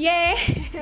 Yeay.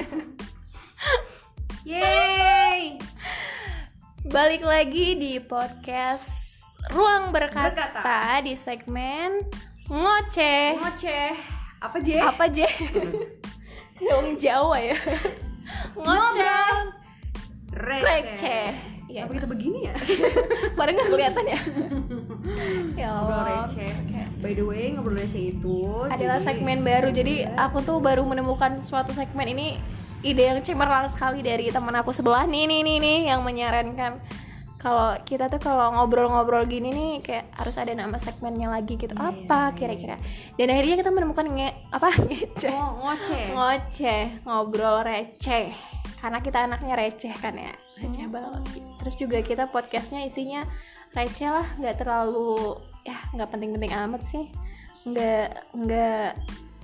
Yeay. Balik lagi di podcast Ruang Berkata di segmen Ngoceh. Apa J? Kayak orang Jawa ya. Ngoceh. Receh. Ya, apa kita begini ya? Padahal nggak kelihatan ya. Ya Ngobrol Allah. receh. By the way, ngobrol receh itu Adalah segmen baru. Jadi aku tuh baru menemukan suatu segmen ini, ide yang cemerlang sekali dari teman aku sebelah nih yang menyarankan kalau kita tuh kalau ngobrol-ngobrol gini nih kayak harus ada nama segmennya lagi gitu. Apa kira-kira? Dan akhirnya kita menemukan ngeceh. Ngoceh, ngobrol receh. Karena kita anaknya receh kan ya. Receh banget sih. Terus juga kita podcastnya isinya receh lah, nggak terlalu nggak penting-penting amat sih, nggak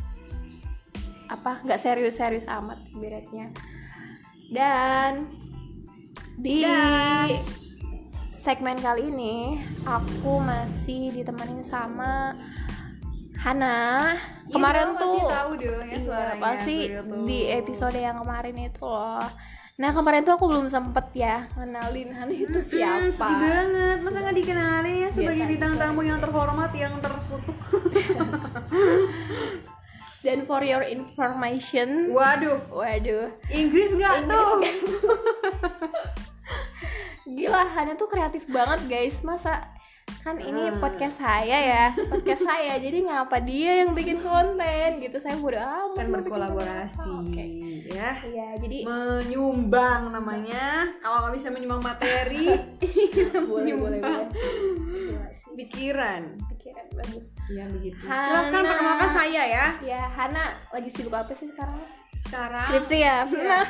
serius-serius amat ibaratnya. Dan di segmen kali ini aku masih ditemenin sama Hana. Kemarin tuh tahu dong ya suaranya. Pasti di episode yang kemarin itu loh. Nah kemarin tuh aku belum sempet ya kenalin Hana itu siapa. Sedih banget, masa nggak dikenalin ya sebagai Biasa bintang aja. tamu yang terhormat yang terkutuk. Dan for your information, Waduh, Inggris nggak tuh? Gila Hana tuh kreatif banget guys. Masa kan ini podcast saya, jadi ngapa dia yang bikin konten gitu, saya bodo amat. Kan mau bikin berkolaborasi konten. Oke. ya. Iya jadi Menyumbang namanya. Kalau nggak bisa menyumbang materi, boleh. pikiran Bagus. ya begitu. Hana. Silakan perkenalkan saya ya. Ya Hana lagi sibuk apa sih sekarang? Sekarang Skripsi ya.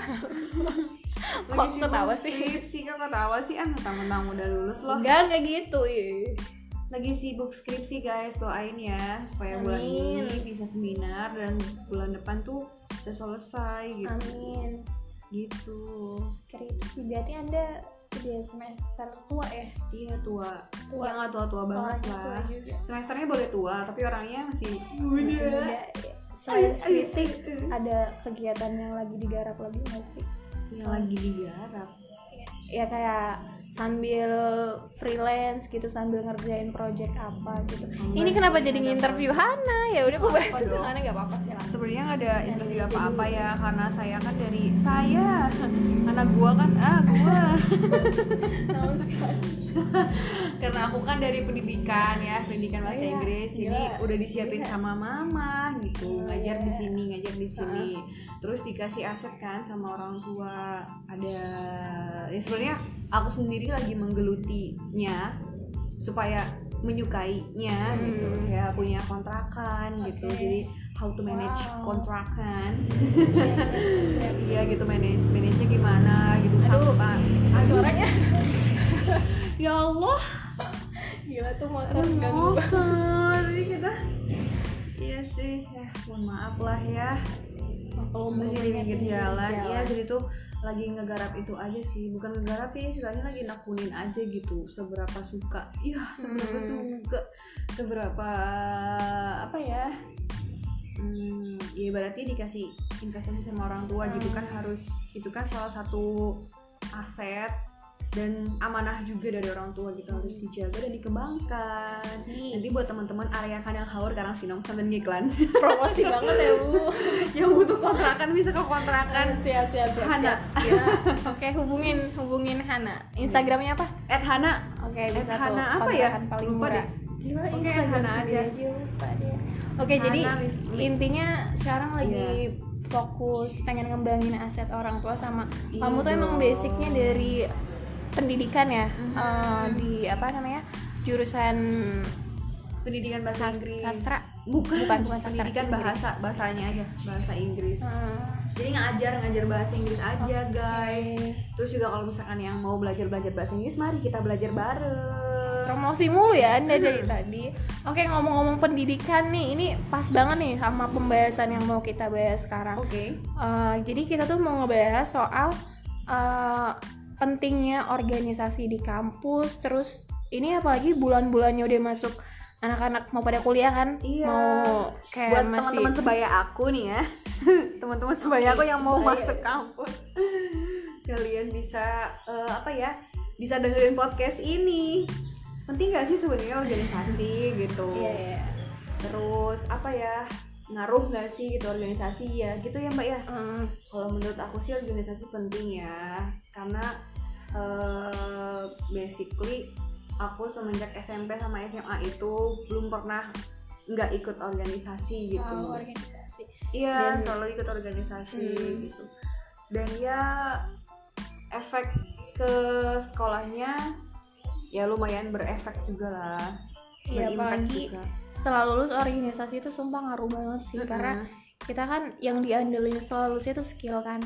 lagi Kok sibuk ketawa sih? skripsi kan ketawa sih, mentang-mentang udah lulus loh. Enggak gitu ya. Lagi sibuk skripsi guys, doain ya supaya bulan Amin. ini bisa seminar dan bulan depan tuh bisa selesai gitu. Amin. Gitu. Skripsi berarti Anda udah semester tua ya? Iya tua. Tua. Ya nggak tua-tua banget Tua lah. juga. Semesternya boleh tua, tapi orangnya masih Masih muda ya. Selain skripsi ada kegiatan yang lagi digarap lagi nggak sih? yang lagi digarap. Ya kayak sambil freelance gitu, sambil ngerjain project apa gitu. Ini kenapa jadi nginterview Hana? Ya udah aku bahas Apa dong? Hana nggak apa-apa sih lah. Sebenarnya nggak ada interview apa-apa ya, karena saya kan dari anak gua kan gua karena aku kan dari pendidikan bahasa Iya, Inggris, jadi gila. udah disiapin Gila. sama mama gitu, ngajar di Iya. sini, terus dikasih aset kan sama orang tua. Ada ya sebenarnya aku sendiri lagi menggelutinya supaya menyukainya gitu ya, punya kontrakan gitu, jadi how to manage kontrakan. Iya gitu, manage gimana gitu. Aduh, sampai suaranya ya Allah, gila tuh motor ganggu banget. motor ini kita. Iya sih, mohon maaf lah ya. Kalau Terus jadi pinggir jalan, jalan. iya jadi tuh lagi ngegarap itu aja sih, bukan ngegarap ya, istilahnya lagi nakunin aja gitu, seberapa suka, seberapa apa ya, ya berarti dikasih investasi sama orang tua gitu kan, harus itu kan salah satu aset dan amanah juga dari orang tua gitu, harus dijaga dan dikembangkan. Nanti buat teman-teman area kandang haur karang Sinong sambil ngiklan promosi banget ya Bu. yang butuh kontrakan bisa ke kontrakan Siap. Hana. Gila. Oke, hubungin Hana. Instagramnya apa? @hana. Oke, bisa tuh. Hana apa ya? Kontrakan paling Lupa murah. deh. Gila, Oke, Instagram Hana sendiri aja. lupa dia. Oke, Hana jadi Wismi. intinya sekarang lagi fokus pengen ngembangin aset orang tua sama Iya kamu tuh emang dong. basicnya dari pendidikan ya, di apa namanya, jurusan Pendidikan bahasa Inggris. sastra. Bukan sastra. pendidikan bahasanya aja, bahasa Inggris. Hmm. Jadi ngajar bahasa Inggris aja guys. Terus juga kalau misalkan yang mau belajar bahasa Inggris, mari kita belajar bareng. Promosi mulu ya Anda dari tadi. Oke, ngomong-ngomong pendidikan nih, ini pas banget nih sama pembahasan yang mau kita bahas sekarang. Oke. Jadi kita tuh mau ngebahas soal pentingnya organisasi di kampus. Terus ini apalagi bulan-bulannya udah masuk, anak-anak mau pada kuliah kan, Iya. mau kayak Buat masih teman-teman sebaya aku nih ya, teman-teman sebaya aku yang mau sebaya. masuk kampus. Kalian bisa bisa dengerin podcast ini. Penting gak sih sebenarnya organisasi gitu? Iya. Terus ngaruh gak sih gitu organisasi ya gitu ya Mbak ya? Kalau menurut aku sih organisasi penting ya, karena basically aku semenjak SMP sama SMA itu belum pernah nggak ikut organisasi gitu. Selalu organisasi. Iya, selalu ikut organisasi gitu. Dan ya efek ke sekolahnya ya lumayan berefek juga lah. Iya, Berimpact apalagi juga. setelah lulus organisasi itu sumpah ngaruh banget sih, karena kita kan yang diandelin setelah lulus itu skill kan.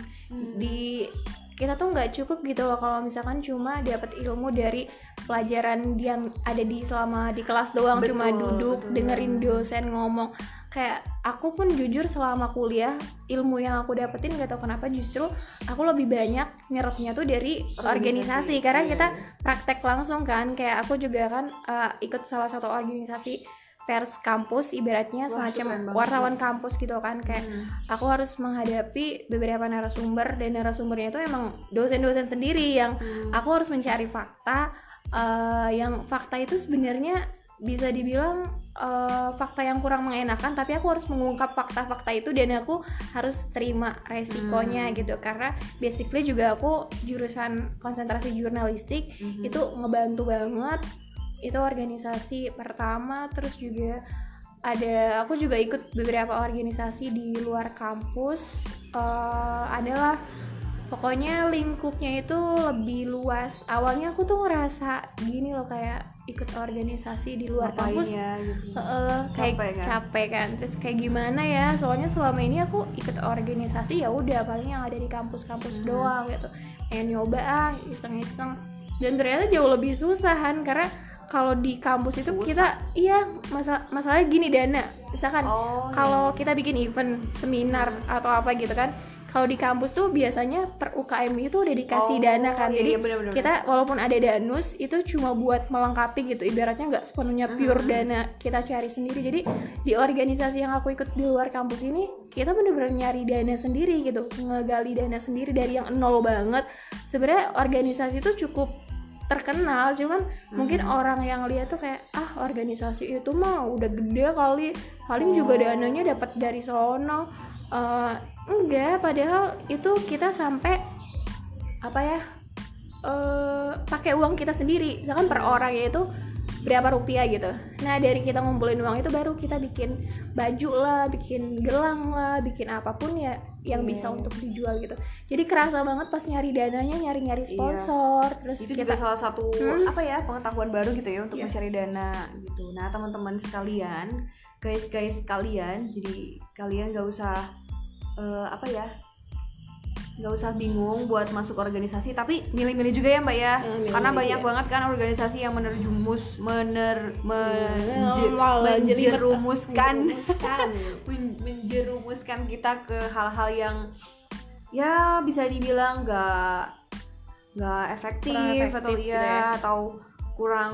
Kita tuh nggak cukup gitu loh kalau misalkan cuma dapat ilmu dari pelajaran yang ada selama di kelas doang. Betul, cuma duduk betul. dengerin dosen ngomong. Kayak aku pun jujur selama kuliah ilmu yang aku dapetin nggak tahu kenapa justru aku lebih banyak nyerapnya tuh dari organisasi karena kita praktek langsung kan. Kayak aku juga kan ikut salah satu organisasi pers kampus, ibaratnya semacam wartawan kampus gitu kan. Kayak aku harus menghadapi beberapa narasumber, dan narasumbernya itu emang dosen-dosen sendiri yang aku harus mencari fakta, yang fakta itu sebenarnya bisa dibilang fakta yang kurang mengenakan, tapi aku harus mengungkap fakta-fakta itu dan aku harus terima resikonya gitu. Karena basically juga aku jurusan konsentrasi jurnalistik, itu ngebantu banget. Itu organisasi pertama. Terus juga aku juga ikut beberapa organisasi di luar kampus. Adalah pokoknya lingkupnya itu lebih luas. Awalnya aku tuh ngerasa gini loh, kayak ikut organisasi di luar kampus ya, gitu. kayak capek kan. Terus kayak gimana ya, soalnya selama ini aku ikut organisasi ya udah paling yang ada di kampus-kampus doang gitu. Pengen nyoba iseng-iseng, dan ternyata jauh lebih susahan karena kalau di kampus itu kita masalahnya gini, dana. Misalkan kalau kita bikin event, seminar atau apa gitu kan, kalau di kampus tuh biasanya per UKM itu udah dikasih dana kan. Jadi bener. kita walaupun ada danus itu cuma buat melengkapi gitu, ibaratnya nggak sepenuhnya pure dana kita cari sendiri. Jadi di organisasi yang aku ikut di luar kampus ini kita bener-bener nyari dana sendiri gitu, ngegali dana sendiri dari yang nol banget. Sebenarnya organisasi itu cukup terkenal, cuman mungkin orang yang lihat tuh kayak organisasi itu mah udah gede kali, paling juga dananya dapat dari sono. Enggak, padahal itu kita sampai pakai uang kita sendiri, misalkan per orang itu berapa rupiah gitu. Nah dari kita ngumpulin uang itu baru kita bikin baju lah, bikin gelang lah, bikin apapun ya yang bisa untuk dijual gitu. Jadi kerasa banget pas nyari dananya, nyari sponsor. Terus itu juga salah satu pengetahuan baru gitu ya untuk mencari dana gitu. Nah teman-teman sekalian, guys kalian, jadi kalian nggak usah nggak usah bingung buat masuk organisasi, tapi milih-milih juga ya Mbak ya, karena banyak banget kan organisasi yang menjerumuskan kita ke hal-hal yang ya bisa dibilang nggak efektif atau gitu ya. Atau kurang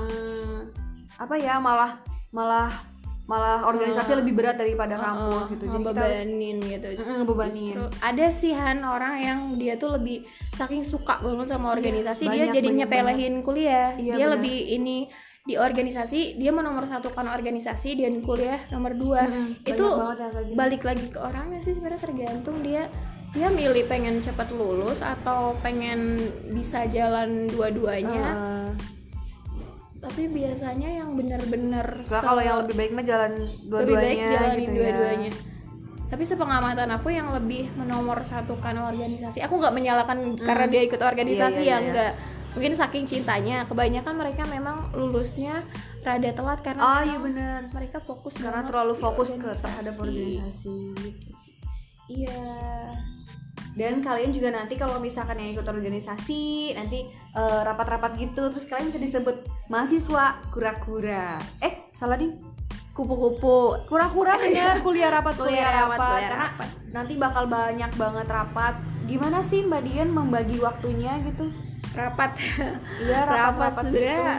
malah organisasi lebih berat daripada kampus gitu. Jadi bebanin gitu. Bebanin. Justru ada sih orang yang dia tuh lebih saking suka banget sama organisasi, dia jadi nyepelehin kuliah. Dia bener. Lebih ini di organisasi dia menomorsatukan organisasi dan kuliah nomor 2. Itu balik lagi ke orangnya sih sebenarnya, tergantung dia milih pengen cepat lulus atau pengen bisa jalan dua-duanya. Tapi biasanya yang benar-benar kalau yang lebih baik mah jalan dua-duanya, lebih baik jalanin gitu dua-duanya. Tapi sepengamatan aku yang lebih menomorsatukan organisasi, aku nggak menyalahkan karena dia ikut organisasi enggak. Mungkin saking cintanya, kebanyakan mereka memang lulusnya rada telat karena benar. Mereka fokus karena terlalu fokus terhadap organisasi gitu. Iya. Dan kalian juga nanti kalau misalkan yang ikut organisasi nanti rapat-rapat gitu, terus kalian bisa disebut mahasiswa kura-kura. Salah ding. Kupu-kupu. Kura-kura bener. kuliah rapat. Karena nanti bakal banyak banget rapat. Gimana sih Mbak Dian membagi waktunya gitu? Rapat. Iya, rapat sebenarnya gitu.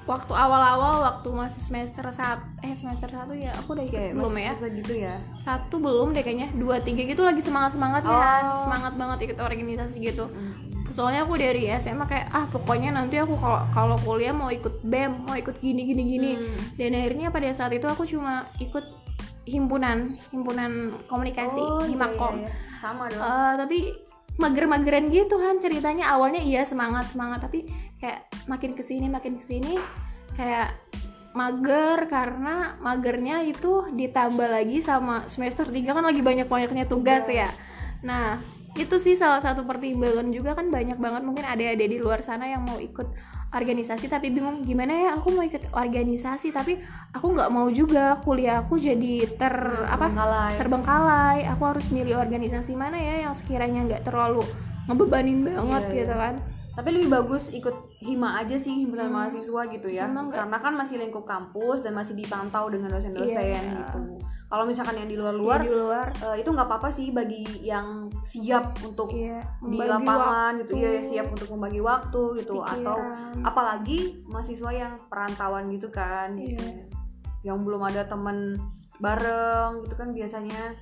waktu awal-awal waktu masih semester 1 ya aku udah ikut Kayak belum masih ya? susah gitu ya. 1 belum deh kayaknya, 2, 3 gitu lagi semangat-semangatnya, semangat banget ikut organisasi gitu. Soalnya aku dari SMA kayak pokoknya nanti aku kalau kuliah mau ikut BEM, mau ikut gini. Dan akhirnya pada saat itu aku cuma ikut himpunan komunikasi, Himakom. Iya. Sama dong. Tapi mager-mageran gitu kan ceritanya. Awalnya iya semangat tapi kayak makin kesini kayak mager, karena magernya itu ditambah lagi sama semester 3 kan lagi banyak-banyaknya tugas ya. Nah itu sih salah satu pertimbangan juga kan, banyak banget mungkin adik-adik di luar sana yang mau ikut organisasi tapi bingung gimana ya aku mau ikut organisasi tapi aku nggak mau juga kuliahku jadi terbengkalai. Aku harus milih organisasi mana ya yang sekiranya nggak terlalu ngebebanin banget gitu kan. Tapi lebih bagus ikut hima aja sih, himpunan mahasiswa gitu ya, karena kan masih lingkup kampus dan masih dipantau dengan dosen-dosen gitu. Kalau misalkan yang di luar itu nggak apa-apa sih bagi yang siap untuk di lapangan gitu ya, siap untuk membagi waktu gitu, atau apalagi mahasiswa yang perantauan gitu kan, gitu. Yang belum ada teman bareng gitu kan, biasanya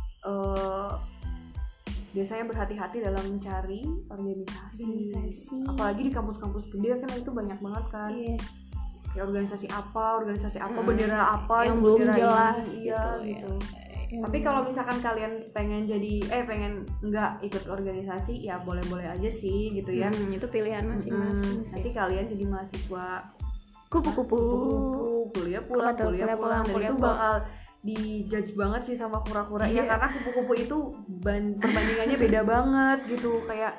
berhati-hati dalam mencari organisasi. Apalagi di kampus-kampus gede kan itu banyak banget kan. Kayak organisasi apa, bendera apa yang belum jelas gitu. Tapi kalau misalkan kalian pengen nggak ikut organisasi ya boleh-boleh aja sih gitu ya. Itu pilihan masing-masing. Nanti kalian jadi mahasiswa kupu-kupu, kuliah pulang. Dan itu bakal dijudge banget sih sama kura-kuranya, karena kupu-kupu itu perbandingannya beda banget gitu, kayak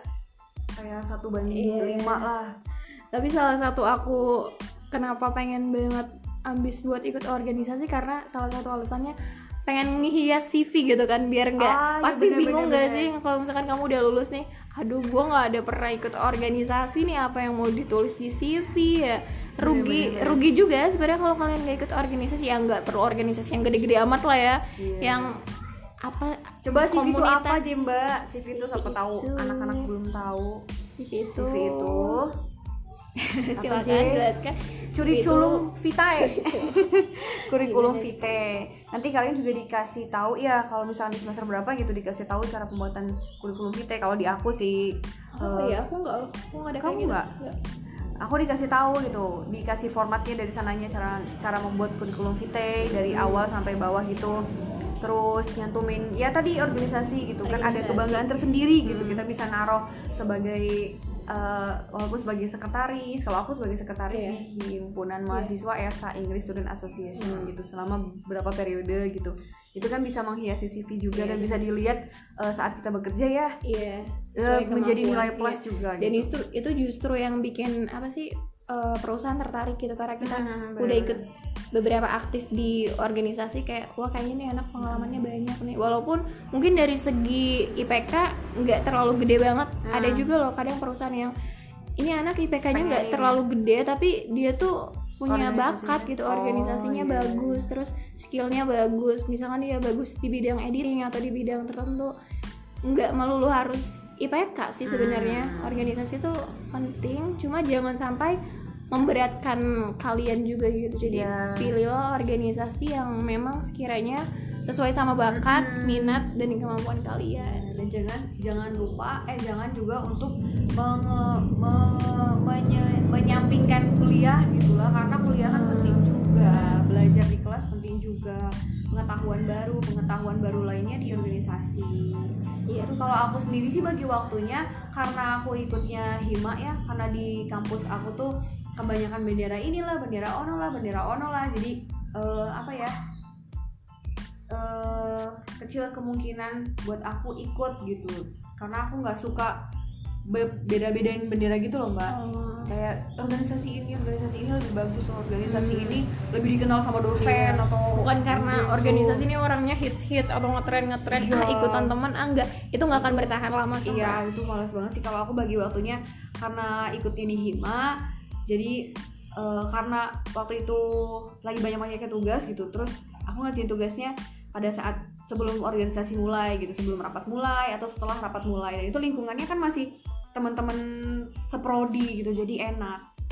1:5 lah. Tapi salah satu aku kenapa pengen banget ambis buat ikut organisasi, karena salah satu alasannya pengen ngehias CV gitu kan, biar nggak pasti bingung nggak sih kalau misalkan kamu udah lulus nih, aduh gue nggak ada pernah ikut organisasi nih, apa yang mau ditulis di CV ya. Rugi juga sebenarnya kalau kalian nggak ikut organisasi. Ya nggak perlu organisasi yang gede-gede amat lah ya, yang apa, coba CV itu apa sih Mbak? CV itu siapa tahu anak-anak belum tahu. CV itu silakan jelaskan. Kurikulum vitae. Kurikulum vitae. Nanti kalian juga dikasih tahu ya kalau misalnya di semester berapa gitu, dikasih tahu cara pembuatan kurikulum vitae. Kalau di aku sih aku nggak ada kayak gitu. Enggak. Aku dikasih tahu gitu, dikasih formatnya dari sananya, cara membuat kurikulum vitae dari awal sampai bawah gitu. Terus nyantumin ya tadi organisasi gitu kan, ada kebanggaan tersendiri gitu. Kita bisa naruh sebagai walaupun sebagai sekretaris, kalau aku sebagai sekretaris di himpunan mahasiswa ESA, English Student Association gitu, selama beberapa periode gitu. Itu kan bisa menghiasi CV juga dan bisa dilihat saat kita bekerja ya. Menjadi nilai plus juga dan gitu. itu justru yang bikin apa sih, perusahaan tertarik gitu, karena kita udah ikut beberapa aktif di organisasi, kayak wah kayaknya nih anak pengalamannya banyak nih, walaupun mungkin dari segi IPK nggak terlalu gede banget. Ada juga loh kadang perusahaan yang ini anak IPK-nya nggak terlalu gede tapi dia tuh punya bakat gitu, organisasinya bagus, terus skillnya bagus, misalkan dia bagus di bidang editing atau di bidang tertentu, nggak melulu harus IPK sih sebenarnya. Organisasi itu penting, cuma jangan sampai memberatkan kalian juga gitu. Jadi pilihlah organisasi yang memang sekiranya sesuai sama bakat, minat dan kemampuan kalian. Dan jangan lupa jangan juga untuk menyampingkan kuliah gitulah, karena kuliah kan penting juga, belajar di kelas penting juga, pengetahuan baru lainnya di organisasi. Itu kalau aku sendiri sih bagi waktunya, karena aku ikutnya hima ya, karena di kampus aku tuh kebanyakan bendera inilah, bendera ono lah, jadi kecil kemungkinan buat aku ikut gitu, karena aku nggak suka beda-bedain bendera gitu loh Mbak. Kayak organisasi ini lebih bagus, organisasi ini lebih dikenal sama dosen atau bukan karena gitu. Organisasi ini orangnya hits atau ngetren ikutan teman, enggak, itu nggak akan bertahan lama. Itu malas banget sih kalau aku bagi waktunya, karena ikutnya di hima. Jadi karena waktu itu lagi banyak-banyaknya tugas gitu, terus aku ngerjain tugasnya pada saat sebelum organisasi mulai gitu, sebelum rapat mulai atau setelah rapat mulai, dan itu lingkungannya kan masih teman-teman seprodi gitu, jadi enak.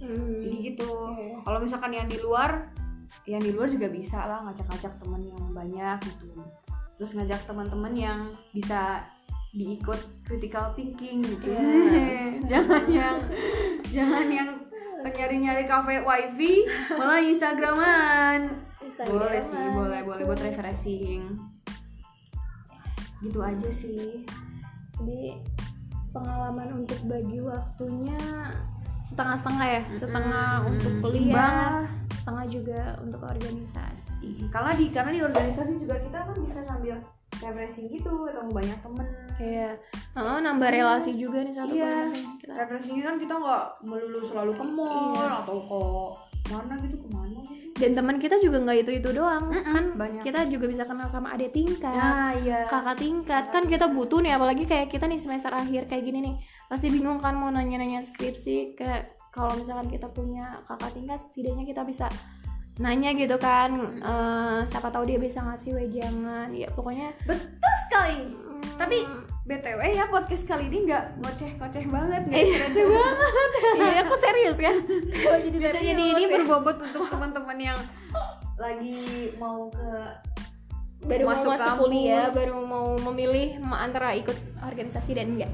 Jadi gitu. Iya. Kalau misalkan yang di luar juga bisa lah ngajak-ngajak teman yang banyak gitu. Terus ngajak teman-teman yang bisa diikut critical thinking gitu. Yes. jangan yang nyari-nyari kafe wifi malah Instagraman. Boleh sih, boleh buat refreshing. Gitu aja sih. Jadi pengalaman untuk bagi waktunya setengah-setengah ya, setengah untuk kuliah, setengah juga untuk organisasi. Karena di organisasi juga kita kan bisa sambil refreshing gitu, ketemu banyak temen. Iya, nambah relasi juga nih satu Iya. kita. Refreshing kan kita nggak melulu selalu ke mall atau ke mana gitu, kemana gitu. Dan teman kita juga nggak itu doang, kan banyak. kita juga bisa kenal sama adik tingkat, Iya. kakak tingkat, kan kita butuh nih, apalagi kayak kita nih semester akhir kayak gini nih, pasti bingung kan mau nanya-nanya skripsi. Kayak kalau misalkan kita punya kakak tingkat, setidaknya kita bisa nanya gitu kan, siapa tahu dia bisa ngasih wejangan, ya pokoknya. Betul sekali. Tapi BTW ya, podcast kali ini nggak ngoceh-ngoceh banget, nggak receh banget. Iya, aku serius kan. Jadi ini berbobot untuk teman-teman yang lagi mau baru mau masuk kampus, kuliah, baru mau memilih antara ikut organisasi dan enggak.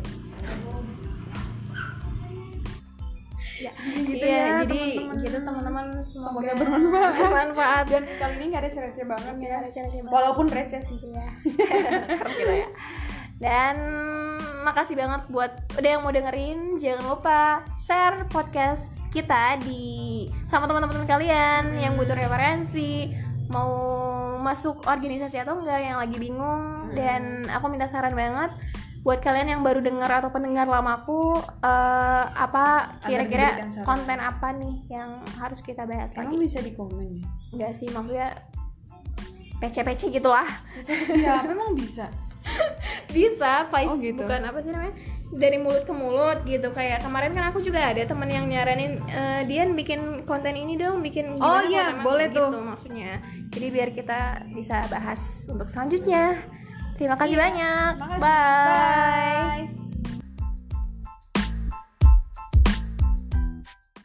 Ya, gitu iya, ya, jadi teman-teman. gitu teman-teman, semoga bermanfaat. Dan kali ini nggak receh-receh banget ya. Receh-receh banget. Walaupun receh sih. Ya. Keren gitu ya. Dan makasih banget buat udah yang mau dengerin. Jangan lupa share podcast kita sama teman-teman kalian yang butuh referensi, mau masuk organisasi atau enggak, yang lagi bingung. Dan aku minta saran banget buat kalian yang baru dengar atau pendengar lamaku, apa kira-kira konten apa nih yang harus kita bahas lagi? Emang bisa di komen ya? Enggak sih, maksudnya PC-PC gitu lah. Siapa emang bisa? Bisa, Faiz, gitu. bukan apa sih namanya, dari mulut ke mulut gitu. Kayak kemarin kan aku juga ada temen yang nyaranin, Dian bikin konten ini dong, bikin gimana iya, kalau boleh gitu, tuh. maksudnya. Jadi biar kita bisa bahas untuk selanjutnya. Terima kasih banyak. Makasih. Bye. Bye.